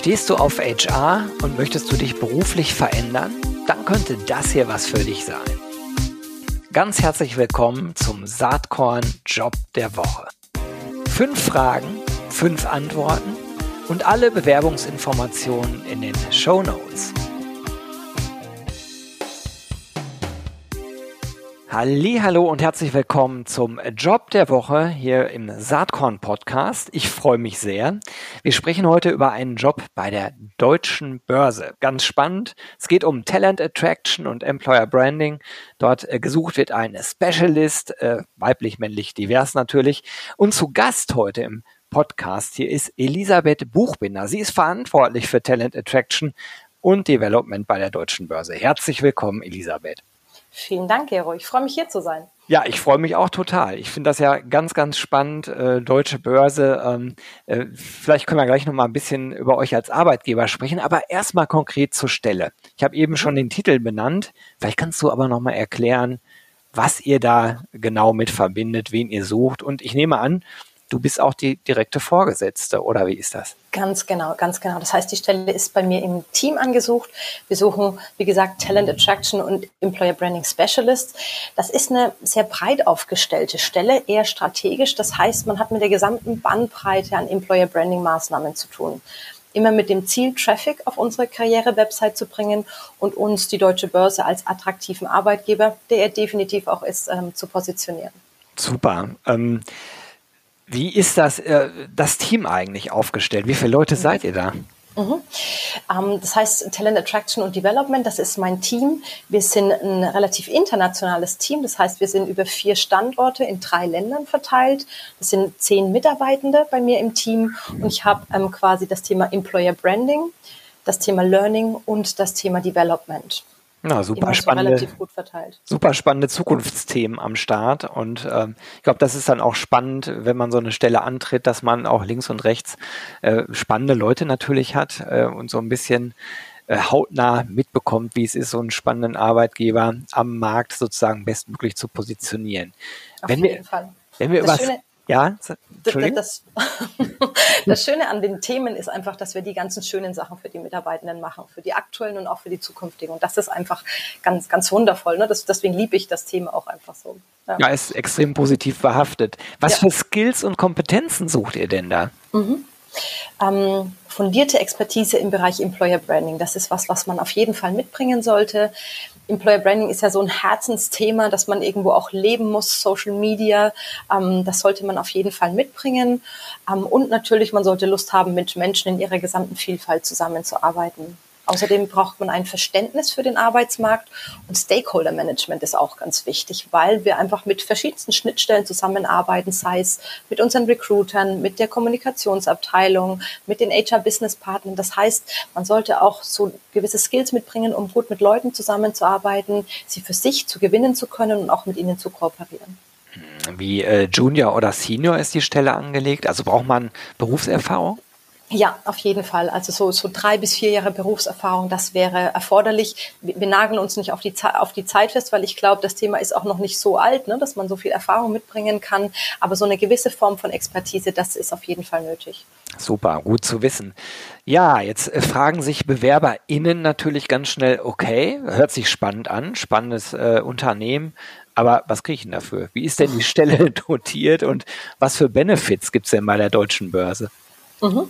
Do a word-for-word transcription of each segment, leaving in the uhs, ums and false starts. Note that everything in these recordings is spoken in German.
Stehst du auf H R und möchtest du dich beruflich verändern? Dann könnte das hier was für dich sein. Ganz herzlich willkommen zum Saatkorn Job der Woche. Fünf Fragen, fünf Antworten und alle Bewerbungsinformationen in den Shownotes. Hallihallo und herzlich willkommen zum Job der Woche hier im Saatkorn Podcast. Ich freue mich sehr. Wir sprechen heute über einen Job bei der Deutschen Börse. Ganz spannend. Es geht um Talent Attraction und Employer Branding. Dort äh, gesucht wird ein Specialist, äh, weiblich, männlich, divers natürlich. Und zu Gast heute im Podcast hier ist Elisabeth Buchbinder. Sie ist verantwortlich für Talent Attraction und Development bei der Deutschen Börse. Herzlich willkommen, Elisabeth. Vielen Dank, Gero. Ich freue mich, hier zu sein. Ja, ich freue mich auch total. Ich finde das ja ganz, ganz spannend, äh, Deutsche Börse. Ähm, äh, vielleicht können wir gleich noch mal ein bisschen über euch als Arbeitgeber sprechen, aber erstmal konkret zur Stelle. Ich habe eben schon den Titel benannt. Vielleicht kannst du aber noch mal erklären, was ihr da genau mit verbindet, wen ihr sucht. Und ich nehme an, du bist auch die direkte Vorgesetzte, oder wie ist das? Ganz genau, ganz genau. Das heißt, die Stelle ist bei mir im Team angesucht. Wir suchen, wie gesagt, Talent Attraction und Employer Branding Specialist. Das ist eine sehr breit aufgestellte Stelle, eher strategisch. Das heißt, man hat mit der gesamten Bandbreite an Employer Branding Maßnahmen zu tun. Immer mit dem Ziel, Traffic auf unsere Karriere-Website zu bringen und uns, die Deutsche Börse, als attraktiven Arbeitgeber, der er definitiv auch ist, ähm, zu positionieren. Super. Ähm Wie ist das, äh, das Team eigentlich aufgestellt? Wie viele Leute seid ihr da? Mhm. Ähm, das heißt Talent Attraction und Development, das ist mein Team. Wir sind ein relativ internationales Team. Das heißt, wir sind über vier Standorte in drei Ländern verteilt. Das sind zehn Mitarbeitende bei mir im Team. Und ich habe ähm, quasi das Thema Employer Branding, das Thema Learning und das Thema Development. Na, super Immer spannende, so relativ gut verteilt. super spannende Zukunftsthemen am Start und ähm, ich glaube, das ist dann auch spannend, wenn man so eine Stelle antritt, dass man auch links und rechts äh, spannende Leute natürlich hat äh, und so ein bisschen äh, hautnah mitbekommt, wie es ist, so einen spannenden Arbeitgeber am Markt sozusagen bestmöglich zu positionieren. Auf wenn jeden wir, Fall. Wenn wir Das über Schöne, ja, Entschuldigung? Das, das, das Schöne an den Themen ist einfach, dass wir die ganzen schönen Sachen für die Mitarbeitenden machen, für die aktuellen und auch für die zukünftigen. Und das ist einfach ganz, ganz wundervoll. Ne? Das, deswegen liebe ich das Thema auch einfach so. Ja, ja, ist extrem positiv behaftet. Was ja. für Skills und Kompetenzen sucht ihr denn da? Mhm. Ähm, fundierte Expertise im Bereich Employer Branding. Das ist was, was man auf jeden Fall mitbringen sollte. Employer Branding ist ja so ein Herzensthema, das man irgendwo auch leben muss, Social Media. Ähm, das sollte man auf jeden Fall mitbringen. Ähm, und natürlich, man sollte Lust haben, mit Menschen in ihrer gesamten Vielfalt zusammenzuarbeiten. Außerdem braucht man ein Verständnis für den Arbeitsmarkt und Stakeholder-Management ist auch ganz wichtig, weil wir einfach mit verschiedensten Schnittstellen zusammenarbeiten, sei es mit unseren Recruitern, mit der Kommunikationsabteilung, mit den H R-Business-Partnern. Das heißt, man sollte auch so gewisse Skills mitbringen, um gut mit Leuten zusammenzuarbeiten, sie für sich zu gewinnen zu können und auch mit ihnen zu kooperieren. Wie äh, Junior oder Senior ist die Stelle angelegt? Also braucht man Berufserfahrung? Ja, auf jeden Fall. Also so, so drei bis vier Jahre Berufserfahrung, das wäre erforderlich. Wir, wir nageln uns nicht auf die, auf die Zeit fest, weil ich glaube, das Thema ist auch noch nicht so alt, ne, dass man so viel Erfahrung mitbringen kann. Aber so eine gewisse Form von Expertise, das ist auf jeden Fall nötig. Super, gut zu wissen. Ja, jetzt äh, fragen sich BewerberInnen natürlich ganz schnell, okay, hört sich spannend an, spannendes äh, Unternehmen, aber was kriege ich denn dafür? Wie ist denn die Stelle dotiert und was für Benefits gibt es denn bei der Deutschen Börse? Mhm.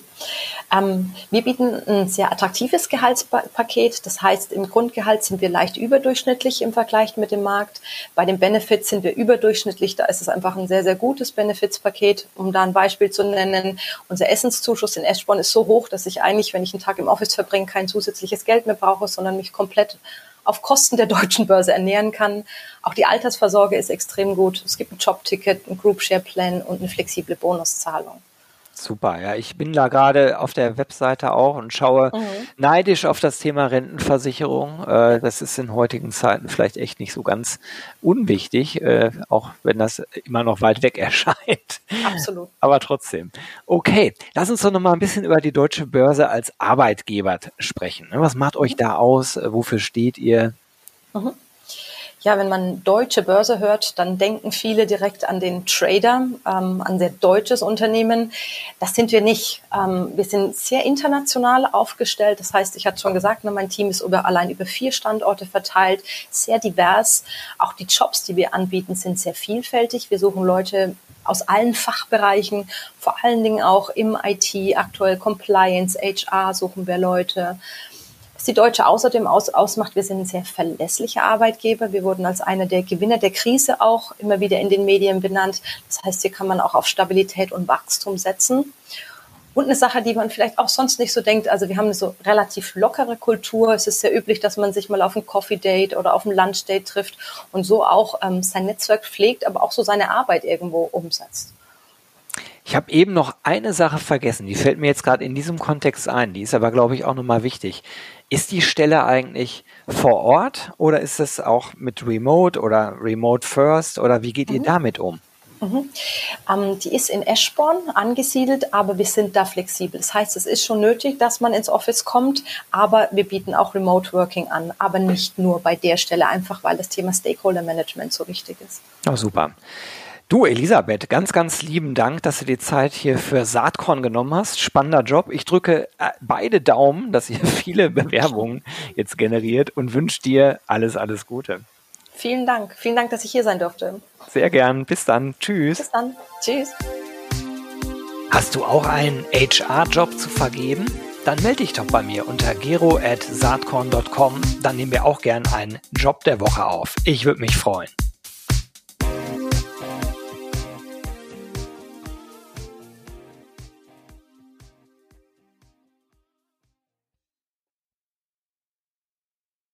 Ähm, wir bieten ein sehr attraktives Gehaltspaket. Das heißt, im Grundgehalt sind wir leicht überdurchschnittlich im Vergleich mit dem Markt. Bei den Benefits sind wir überdurchschnittlich. Da ist es einfach ein sehr, sehr gutes Benefitspaket. Um da ein Beispiel zu nennen, unser Essenszuschuss in Eschborn ist so hoch, dass ich eigentlich, wenn ich einen Tag im Office verbringe, kein zusätzliches Geld mehr brauche, sondern mich komplett auf Kosten der Deutschen Börse ernähren kann. Auch die Altersvorsorge ist extrem gut. Es gibt ein Jobticket, ein Group-Share-Plan und eine flexible Bonuszahlung. Super, ja, ich bin da gerade auf der Webseite auch und schaue mhm. neidisch auf das Thema Rentenversicherung. Äh, das ist in heutigen Zeiten vielleicht echt nicht so ganz unwichtig, äh, auch wenn das immer noch weit weg erscheint. Absolut. Aber trotzdem. Okay, lass uns doch noch mal ein bisschen über die Deutsche Börse als Arbeitgeber sprechen. Was macht euch da aus? Wofür steht ihr? Mhm. Ja, wenn man deutsche Börse hört, dann denken viele direkt an den Trader, ähm, an sehr deutsches Unternehmen. Das sind wir nicht. Ähm, wir sind sehr international aufgestellt. Das heißt, ich hatte schon gesagt, ne, mein Team ist über, allein über vier Standorte verteilt, sehr divers. Auch die Jobs, die wir anbieten, sind sehr vielfältig. Wir suchen Leute aus allen Fachbereichen, vor allen Dingen auch im I T, aktuell Compliance, H R suchen wir Leute. Was die Deutsche außerdem aus, ausmacht, wir sind ein sehr verlässlicher Arbeitgeber. Wir wurden als einer der Gewinner der Krise auch immer wieder in den Medien benannt. Das heißt, hier kann man auch auf Stabilität und Wachstum setzen. Und eine Sache, die man vielleicht auch sonst nicht so denkt, also wir haben eine so relativ lockere Kultur. Es ist sehr üblich, dass man sich mal auf ein Coffee-Date oder auf ein Lunch-Date trifft und so auch ähm, sein Netzwerk pflegt, aber auch so seine Arbeit irgendwo umsetzt. Ich habe eben noch eine Sache vergessen, die fällt mir jetzt gerade in diesem Kontext ein, die ist aber, glaube ich, auch nochmal wichtig. Ist die Stelle eigentlich vor Ort oder ist es auch mit Remote oder Remote First oder wie geht mhm. ihr damit um? Mhm. Ähm, die ist in Eschborn angesiedelt, aber wir sind da flexibel. Das heißt, es ist schon nötig, dass man ins Office kommt, aber wir bieten auch Remote Working an, aber nicht nur bei der Stelle, einfach weil das Thema Stakeholder Management so wichtig ist. Oh, super. Du, Elisabeth, ganz, ganz lieben Dank, dass du die Zeit hier für Saatkorn genommen hast. Spannender Job. Ich drücke beide Daumen, dass ihr viele Bewerbungen jetzt generiert und wünsche dir alles, alles Gute. Vielen Dank. Vielen Dank, dass ich hier sein durfte. Sehr gern. Bis dann. Tschüss. Bis dann. Tschüss. Hast du auch einen H R-Job zu vergeben? Dann melde dich doch bei mir unter gero at saatkorn punkt com. Dann nehmen wir auch gern einen Job der Woche auf. Ich würde mich freuen.